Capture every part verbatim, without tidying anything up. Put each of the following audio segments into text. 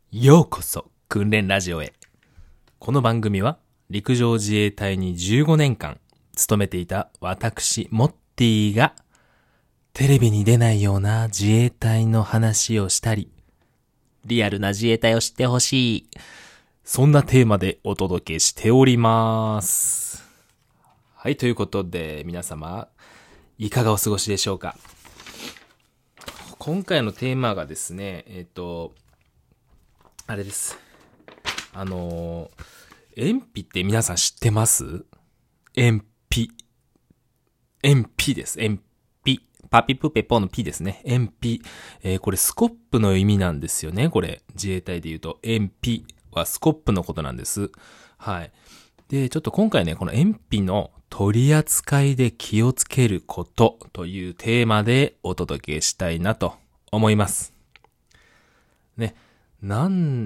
ようこそ訓練ラジオへ。この番組は陸上自衛隊にじゅうごねんかん勤めていた私モッティがテレビに出ないような自衛隊の話をしたり、リアルな自衛隊を知ってほしい、そんなテーマでお届けしております。はい、ということで皆様いかがお過ごしでしょうか。今回のテーマがですね、えっとあれです。あのー、塩ピって皆さん知ってます？塩ピ。塩ピです。塩ピ。パピプペポのピですね。塩ピ。えー、これスコップの意味なんですよね。これ自衛隊で言うと塩ピはスコップのことなんです。はい。で、ちょっと今回ね、この塩ピの取り扱いで気をつけることというテーマでお届けしたいなと思います。ね。なん、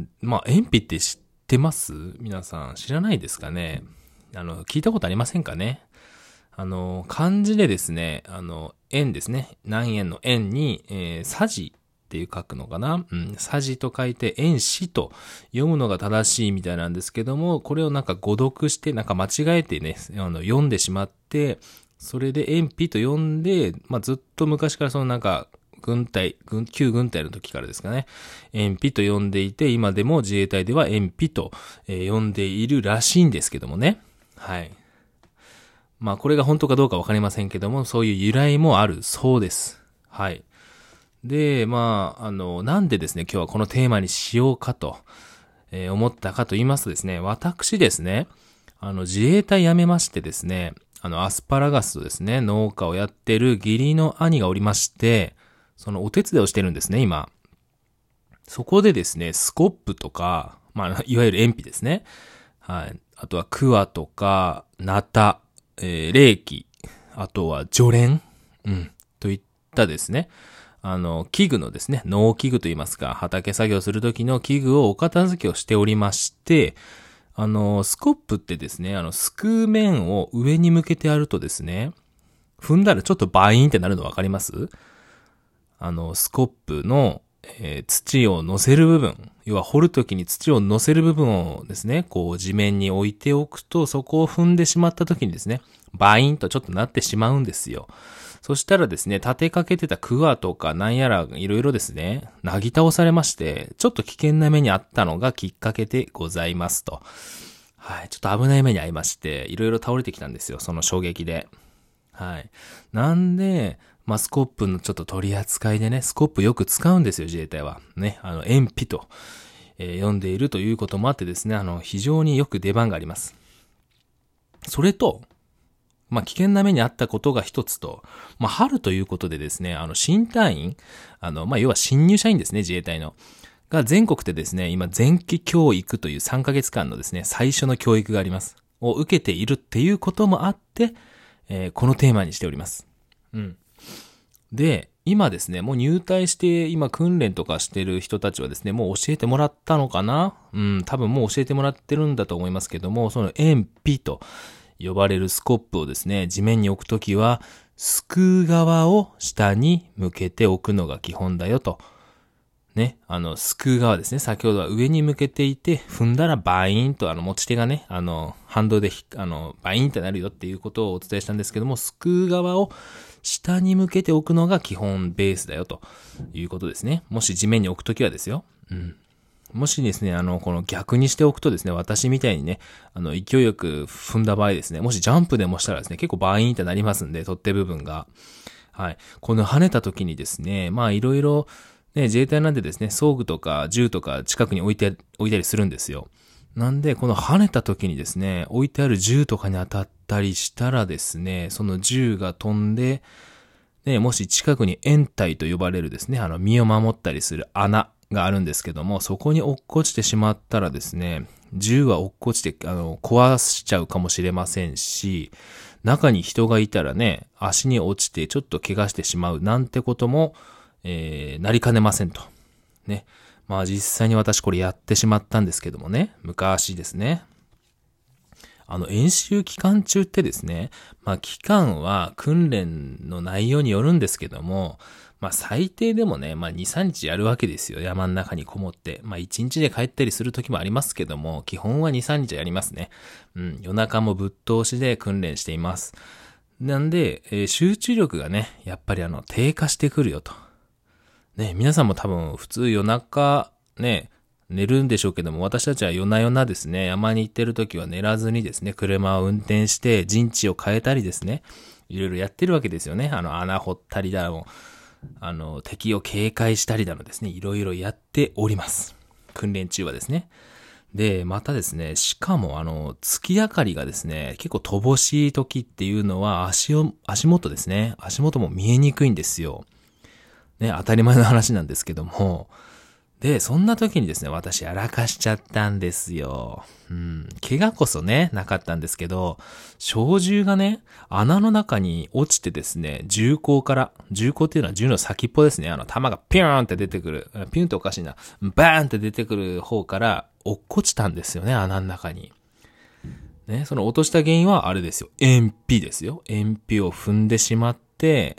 まあ、塩ピって知ってます？皆さん知らないですかね？あの、聞いたことありませんかね？あの、漢字でですね、あの、円ですね。何円の円に、えー、さじっていう書くのかな？うん、さじと書いて円子と読むのが正しいみたいなんですけども、これをなんか誤読して、なんか間違えてね、あの、読んでしまって、それで塩ピと読んで、まあ、ずっと昔からそのなんか、軍隊、軍、旧軍隊の時からですかね。塩ピと呼んでいて、今でも自衛隊では塩ピと、えー、呼んでいるらしいんですけどもね。はい。まあこれが本当かどうかわかりませんけども、そういう由来もあるそうです。はい。で、まあ、あの、なんでですね、今日はこのテーマにしようかと、えー、思ったかと言いますとですね、私ですね、あの、自衛隊辞めましてですね、あの、アスパラガスとですね、農家をやってる義理の兄がおりまして、そのお手伝いをしてるんですね、今。そこでですね、スコップとか、まあ、いわゆる塩ピですね。はい。あとはクワとか、ナタ、えー、レーキ、あとは除蓮、うん、といったですね。あの、器具のですね、農機具といいますか、畑作業するときの器具をお片付けをしておりまして、あの、スコップってですね、あの、すくう面を上に向けてやるとですね、踏んだらちょっとバイーンってなるのわかります？あの、スコップの、えー、土を乗せる部分、要は掘るときに土を乗せる部分をですね、こう地面に置いておくと、そこを踏んでしまったときにですね、バインとちょっとなってしまうんですよ。そしたらですね、立てかけてたクワとかなんやらいろいろですね、なぎ倒されまして、ちょっと危険な目にあったのがきっかけでございますと。はい、ちょっと危ない目に遭いまして、いろいろ倒れてきたんですよ、その衝撃で。はい。なんで、まあ、スコップのちょっと取り扱いでね、スコップよく使うんですよ、自衛隊は。ね、あの、塩ピと、えー、読んでいるということもあってですね、あの、非常によく出番があります。それと、まあ、危険な目にあったことが一つと、まあ、春ということでですね、あの、新隊員、あの、まあ、要は新入社員ですね、自衛隊の。が全国でですね、今、前期教育というさんかげつかんのですね、最初の教育があります。を受けているっていうこともあって、えー、このテーマにしております。うん。で、今ですね、もう入隊して今訓練とかしてる人たちはですね、もう教えてもらったのかな？うん、多分もう教えてもらってるんだと思いますけども、その塩ピと呼ばれるスコップをですね、地面に置くときは、すくう側を下に向けておくのが基本だよと。ね、あの、すくう側ですね。先ほどは上に向けていて、踏んだらバイーンとあの持ち手がね、あの、反動であの、バイーンってなるよっていうことをお伝えしたんですけども、すくう側を下に向けておくのが基本ベースだよということですね。もし地面に置くときはですよ。うん。もしですね、あの、この逆にしておくとですね、私みたいにね、あの、勢いよく踏んだ場合ですね、もしジャンプでもしたらですね、結構バイーンってなりますんで、取っ手部分が。はい。この跳ねたときにですね、まあいろいろ、ね、自衛隊なんでですね、装具とか銃とか近くに置いて、置いたりするんですよ。なんで、この跳ねた時にですね、置いてある銃とかに当たったりしたらですね、その銃が飛んで、ね、もし近くに掩体と呼ばれるですね、あの、身を守ったりする穴があるんですけども、そこに落っこちてしまったらですね、銃は落っこちて、あの、壊しちゃうかもしれませんし、中に人がいたらね、足に落ちてちょっと怪我してしまうなんてことも、えー、なりかねませんと。ね。まあ実際に私これやってしまったんですけどもね。昔ですね。あの演習期間中ってですね、まあ期間は訓練の内容によるんですけども、 まあ最低でもね、まあに、さんにちやるわけですよ。山の中にこもって。まあいちにちで帰ったりする時もありますけども、基本はに、さんにちやりますね。うん、夜中もぶっ通しで訓練しています。なんで、えー、集中力がね、やっぱりあの、低下してくるよと。ね、皆さんも多分普通夜中、ね、寝るんでしょうけども、私たちは夜な夜なですね、山に行ってる時は寝らずにですね、車を運転して陣地を変えたりですね、いろいろやってるわけですよね。あの、穴掘ったりだの、あの、敵を警戒したりだのですね、いろいろやっております。訓練中はですね。で、またですね、しかもあの、月明かりがですね、結構乏しい時っていうのは足を、足元ですね、足元も見えにくいんですよ。ね、当たり前の話なんですけども、で、そんな時にですね、私やらかしちゃったんですよ。うん。怪我こそね、なかったんですけど、小銃がね、穴の中に落ちてですね、銃口から、銃口っていうのは銃の先っぽですね。あの、弾がピューンって出てくる。ピューンっておかしいな。バーンって出てくる方から落っこちたんですよね、穴の中に。ね、その落とした原因はあれですよ。鉛筆ですよ。鉛筆を踏んでしまって、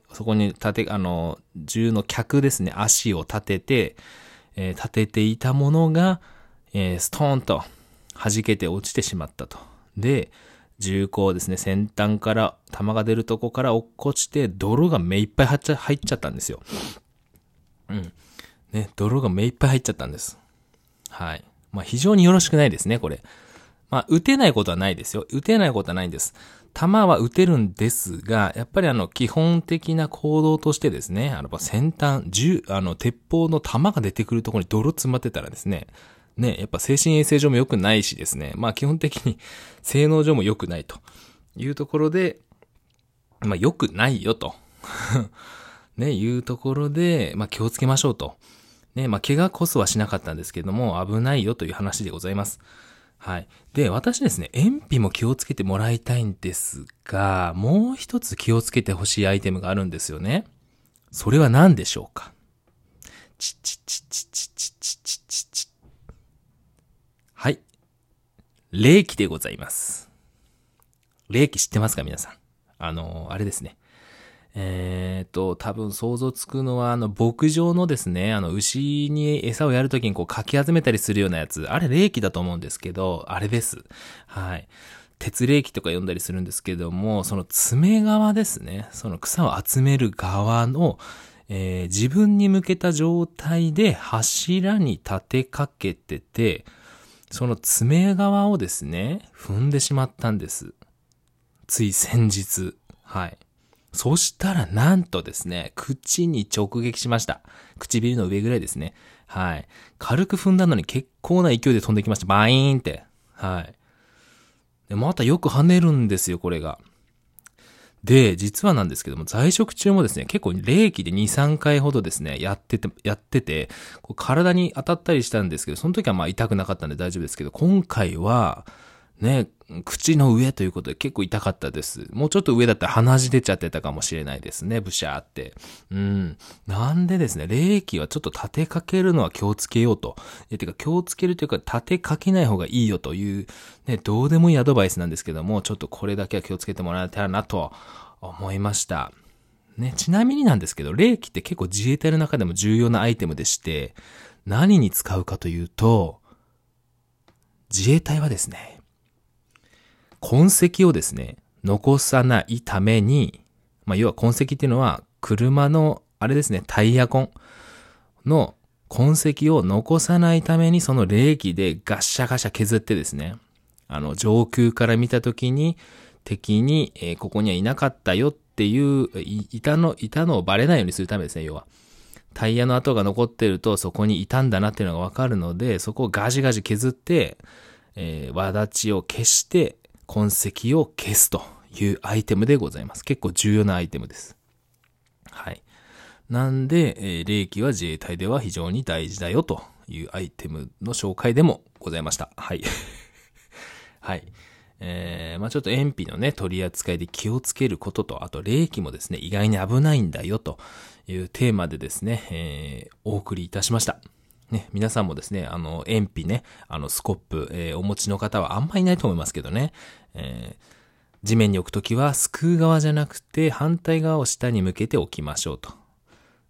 そこに立て、あの、銃の脚ですね、足を立てて、えー、立てていたものが、えー、ストーンと弾けて落ちてしまったと。で、銃口ですね、先端から弾が出るとこから落っこちて、泥が目いっぱい入っちゃ、入っちゃったんですよ。うん。ね、泥が目いっぱい入っちゃったんです。はい。まあ非常によろしくないですね、これ。まあ撃てないことはないですよ。撃てないことはないんです。弾は撃てるんですが、やっぱりあの、基本的な行動としてですね、あの、先端、銃、あの、鉄砲の弾が出てくるところに泥詰まってたらですね、ね、やっぱ精神衛生上も良くないしですね、まあ基本的に性能上も良くないというところで、まあ良くないよと、ね、いうところで、まあ気をつけましょうと。ね、まあ怪我こそはしなかったんですけども、危ないよという話でございます。はい。で、私ですね、鉛筆も気をつけてもらいたいんですが、もう一つ気をつけてほしいアイテムがあるんですよね。それは何でしょうか？チッチッチッチッチッチッチッチッチッチッ。はい。冷気でございます。冷気知ってますか皆さん？あのー、あれですね。えーと、多分想像つくのは、あの、牧場のですね、あの、牛に餌をやるときにこう、かき集めたりするようなやつ、あれ、冷気だと思うんですけど、あれです。はい。鉄冷気とか呼んだりするんですけども、その爪側ですね、その草を集める側の、えー、自分に向けた状態で柱に立てかけてて、その爪側をですね、踏んでしまったんです。つい先日。はい。そしたらなんとですね、口に直撃しました。唇の上ぐらいですね。はい。軽く踏んだのに結構な勢いで飛んできました。バイーンって。はい。で、またよく跳ねるんですよ、これが。で、実はなんですけども、在職中もですね、結構冷気でに、さんかいほどですね、やってて、やってて、こう体に当たったりしたんですけど、その時はまあ痛くなかったんで大丈夫ですけど、今回は、ね、口の上ということで結構痛かったです。もうちょっと上だったら鼻血出ちゃってたかもしれないですね、ブシャーって。うん。なんでですね、冷気はちょっと立てかけるのは気をつけようと。え、てか気をつけるというか立てかけない方がいいよという、ね、どうでもいいアドバイスなんですけども、ちょっとこれだけは気をつけてもらえたらなと思いました。ね、ちなみになんですけど、冷気って結構自衛隊の中でも重要なアイテムでして、何に使うかというと、自衛隊はですね、痕跡をですね、残さないために、まあ、要は痕跡っていうのは、車の、あれですね、タイヤ痕の痕跡を残さないために、その冷気でガッシャガシャ削ってですね、あの、上空から見たときに、敵に、えー、ここにはいなかったよっていう、い、いたの、いたのをバレないようにするためですね、要は。タイヤの跡が残ってると、そこにいたんだなっていうのがわかるので、そこをガジガジ削って、えー、輪立ちを消して、痕跡を消すというアイテムでございます。結構重要なアイテムです。はい。なんで、えー、冷気は自衛隊では非常に大事だよというアイテムの紹介でもございました。はい。はい。えー、まあちょっと鉛筆のね、取り扱いで気をつけることと、あと冷気もですね、意外に危ないんだよというテーマでですね、えー、お送りいたしました。ね、皆さんもですね、あの、鉛筆ね、あの、スコップ、えー、お持ちの方はあんまりいないと思いますけどね、えー、地面に置くときは、すくう側じゃなくて、反対側を下に向けて置きましょうと。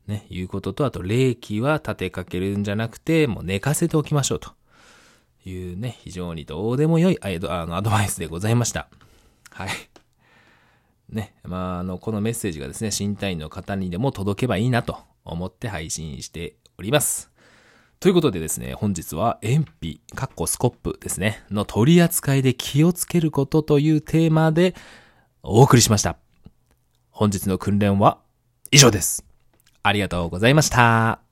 ね、いうことと、あと、冷気は立てかけるんじゃなくて、もう寝かせておきましょうというね、非常にどうでもよいアイドあのアドバイスでございました。はい。ね、まあ、あの、このメッセージがですね、新隊員の方にでも届けばいいなと思って配信しております。ということでですね、本日は塩ビ、かっこスコップですね、の取り扱いで気をつけることというテーマでお送りしました。本日の訓練は以上です。ありがとうございました。